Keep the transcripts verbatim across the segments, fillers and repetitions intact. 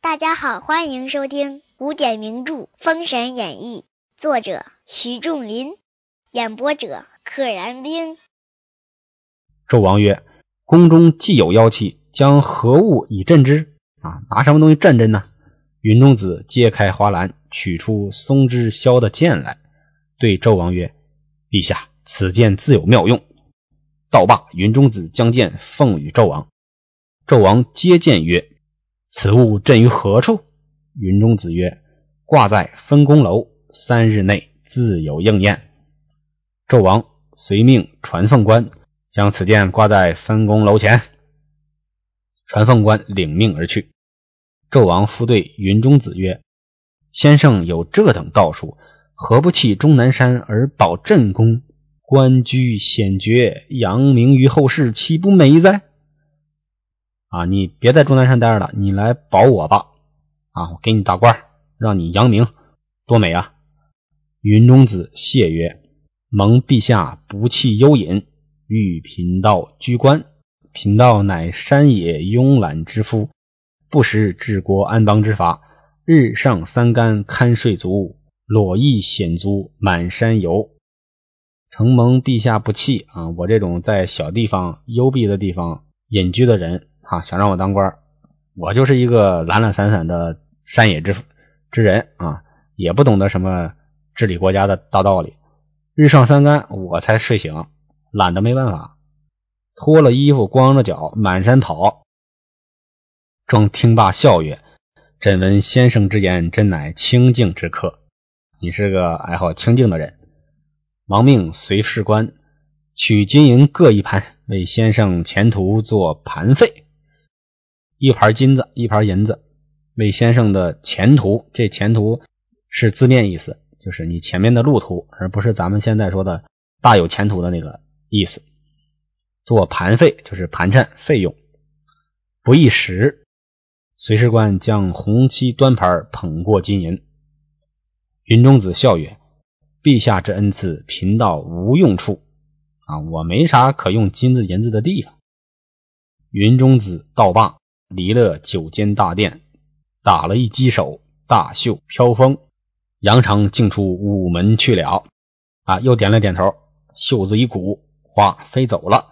大家好，欢迎收听古典名著《封神演义》，作者徐仲林，演播者可燃冰。 纣王曰：宫中既有妖气，将何物以镇之？啊，拿什么东西镇镇呢？云中子揭开花篮，取出松枝削的剑来，对纣王曰：陛下，此剑自有妙用。道罢，云中子将剑奉与纣王。纣王接剑曰：此物镇于何处？云中子曰：挂在分宫楼，三日内自有应验。纣王遂命传凤官将此剑挂在分宫楼前。传凤官领命而去。纣王复对云中子曰：先生有这等道术，何不弃终南山而保镇宫，官居显爵，扬名于后世，岂不美哉？啊，你别在终南山待着了，你来保我吧！啊，我给你大官，让你扬名，多美啊！云中子谢曰：蒙陛下不弃幽隐，欲贫道居官。贫道乃山野慵懒之夫，不识治国安邦之法，日上三竿看睡足，裸翼显足满山游。承蒙陛下不弃啊，我这种在小地方幽闭的地方隐居的人啊，想让我当官，我就是一个懒懒散散的山野之之人啊，也不懂得什么治理国家的大道理。日上三竿我才睡醒，懒得没办法，脱了衣服光着脚满山跑。正听罢笑曰：朕闻先生之言，真乃清净之客，你是个爱好清净的人。王命随侍官取金银各一盘，为先生前途做盘费。一盘金子，一盘银子，为先生的前途，这前途是字面意思，就是你前面的路途，而不是咱们现在说的大有前途的那个意思。做盘费就是盘缠费用。不一时，随侍官将红漆端盘捧过金银。云中子笑曰：陛下之恩赐，贫道无用处啊，我没啥可用金子银子的地方。云中子道罢，离了九间大殿，打了一击手，大袖飘风，扬长径出午门去了。啊，又点了点头，袖子一鼓，哗，飞走了。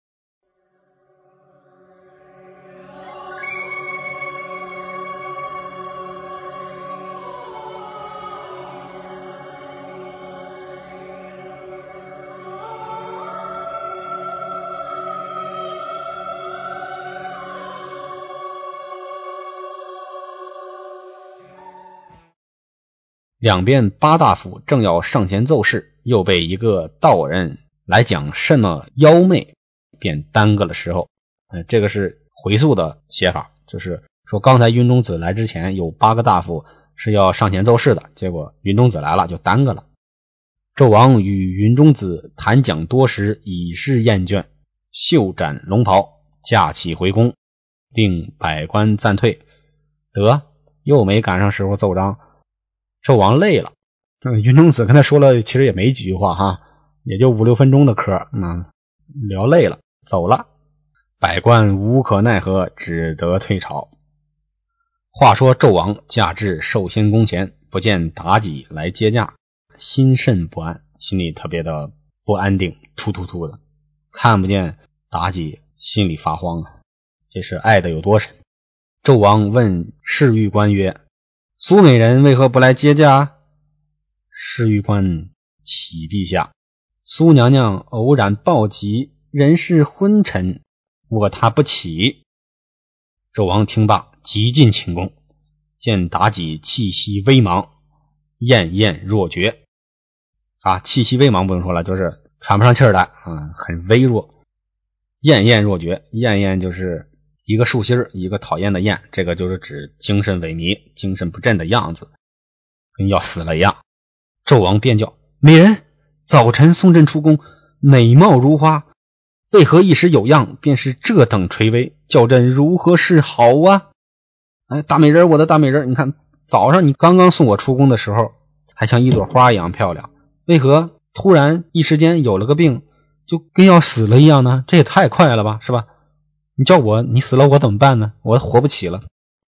两边八大夫正要上前奏事，又被一个道人来讲什么妖媚，便耽搁了时候。呃，这个是回溯的写法，就是说刚才云中子来之前有八个大夫是要上前奏事的，结果云中子来了就耽搁了。纣王与云中子谈讲多时，已是厌倦，袖斩龙袍，驾起回宫，令百官暂退。得，又没赶上时候奏章。纣王累了，云中子跟他说了其实也没几句话哈，也就五六分钟的嗑，那聊累了走了。百官无可奈何，只得退朝。话说纣王驾至寿仙宫前，不见妲己来接驾，心甚不安，心里特别的不安定，突突突的，看不见妲己心里发慌啊，这是爱的有多深。纣王问侍御官曰：苏美人为何不来接驾？侍御官启陛下，苏娘娘偶然暴疾，人是昏沉，卧她不起。纣王听罢，急进寝宫，见妲己气息微茫，奄奄若绝。啊，气息微茫不用说了，就是喘不上气儿来啊，很微弱。奄奄若绝，奄奄就是一个竖心，一个讨厌的厌，这个就是指精神萎靡，精神不振的样子，跟要死了一样。纣王便叫：美人，早晨送朕出宫，美貌如花，为何一时有恙，便是这等垂危，叫朕如何是好啊？哎，大美人，我的大美人，你看早上你刚刚送我出宫的时候还像一朵花一样漂亮，为何突然一时间有了个病，就跟要死了一样呢？这也太快了吧，是吧？你叫我，你死了我怎么办呢？我活不起了。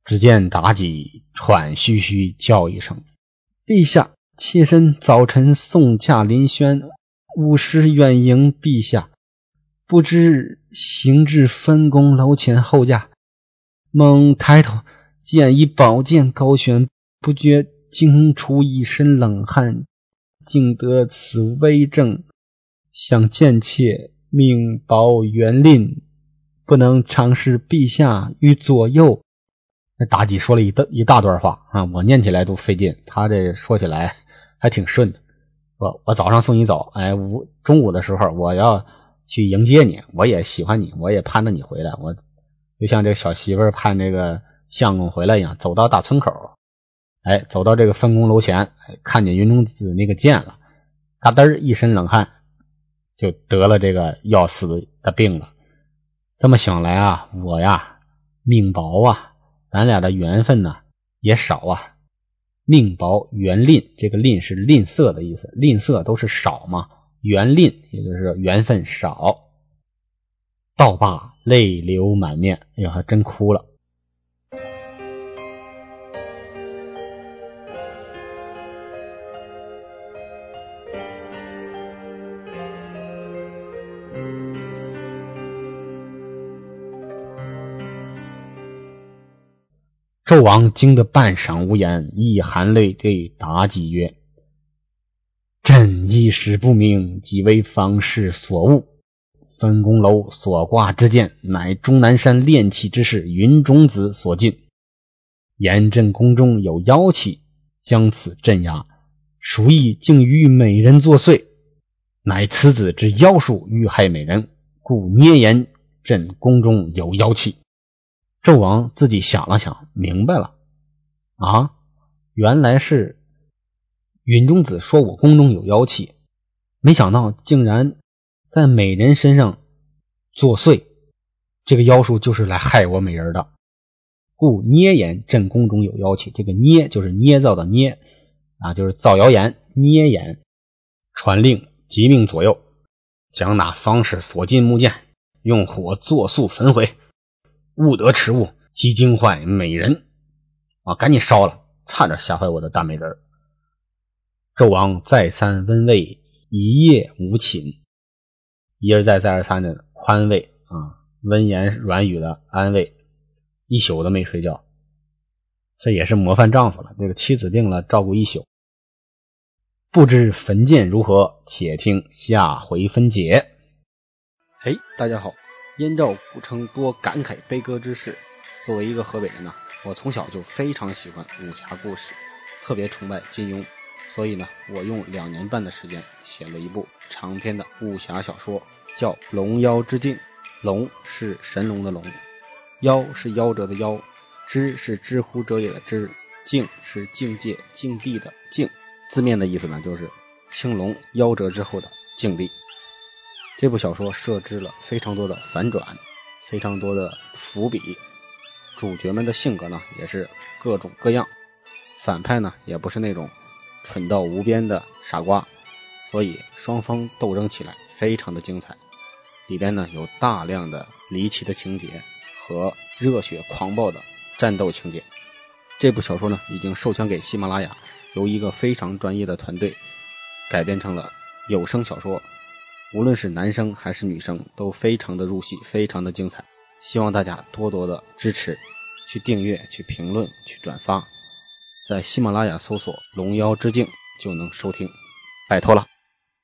只见妲己喘吁吁叫一声：陛下，妾身早晨送驾临轩，午时远迎陛下，不知行至分宫楼前候驾，猛抬头见一宝剑高悬，不觉惊出一身冷汗，竟得此危症，想见妾命保元令，不能尝试陛下与左右。那妲己说了一大一大段话啊，我念起来都费劲，他这说起来还挺顺的。我我早上送你走，哎，午中午的时候我要去迎接你，我也喜欢你，我也盼着你回来，我就像这小媳妇盼这个相公回来一样，走到大村口，哎，走到这个分宫楼前，哎，看见云中子那个剑了，嘎噔一身冷汗，就得了这个要死的病了。这么想来啊，我呀命薄啊，咱俩的缘分呢也少啊。命薄缘吝，这个吝是吝啬的意思，吝啬都是少嘛，缘吝也就是缘分少。道罢泪流满面，哎呀，还真哭了。纣王惊得半晌无言，一含泪对妲己曰：朕一时不明，即为方士所误。分宫楼所挂之剑，乃终南山炼器之士云中子所进。言朕宫中有妖气，将此镇压，孰意竟与美人作祟，乃此子之妖术欲害美人，故捏言朕宫中有妖气。纣王自己想了想，明白了啊，原来是云中子说我宫中有妖气，没想到竟然在美人身上作祟，这个妖术就是来害我美人的。故捏言朕宫中有妖气，这个捏就是捏造的捏啊，就是造谣言，捏言传令即命左右，将那方士所进木剑用火作速焚毁，误得迟误，即惊坏美人啊！赶紧烧了，差点吓坏我的大美人。纣王再三温慰，一夜无寝，一而再再而三的宽慰啊，温言软语的安慰，一宿都没睡觉。这也是模范丈夫了，这个妻子病了照顾一宿。不知焚剑如何，且听下回分解。嘿，大家好，燕赵古称多感慨悲歌之事。作为一个河北人呢，我从小就非常喜欢武侠故事，特别崇拜金庸，所以呢，我用两年半的时间写了一部长篇的武侠小说，叫《龙妖之境》。龙是神龙的龙，妖是夭折的夭，知是知乎者也的知，境是境界境地的境。字面的意思呢，就是青龙夭折之后的境地。这部小说设置了非常多的反转，非常多的伏笔，主角们的性格呢也是各种各样，反派呢也不是那种蠢到无边的傻瓜，所以双方斗争起来非常的精彩。里边呢有大量的离奇的情节和热血狂暴的战斗情节。这部小说呢已经授权给喜马拉雅，由一个非常专业的团队改编成了有声小说，无论是男生还是女生都非常的入戏，非常的精彩。希望大家多多的支持，去订阅，去评论，去转发，在喜马拉雅搜索龙妖之境就能收听，拜托了。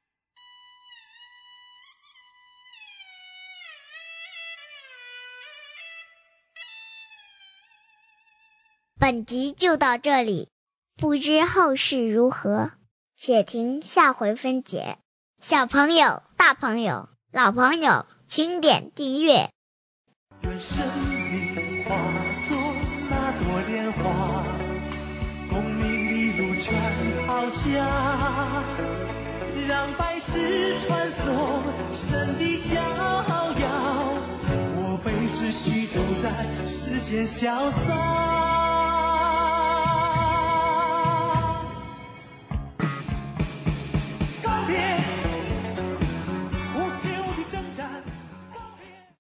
本集就到这里，不知后事如何，且听下回分解。小朋友、大朋友、老朋友，请点订阅。 愿生命化作那朵莲花，功名利禄全抛下，让百世传颂神的逍遥，我辈只需都在世间潇洒。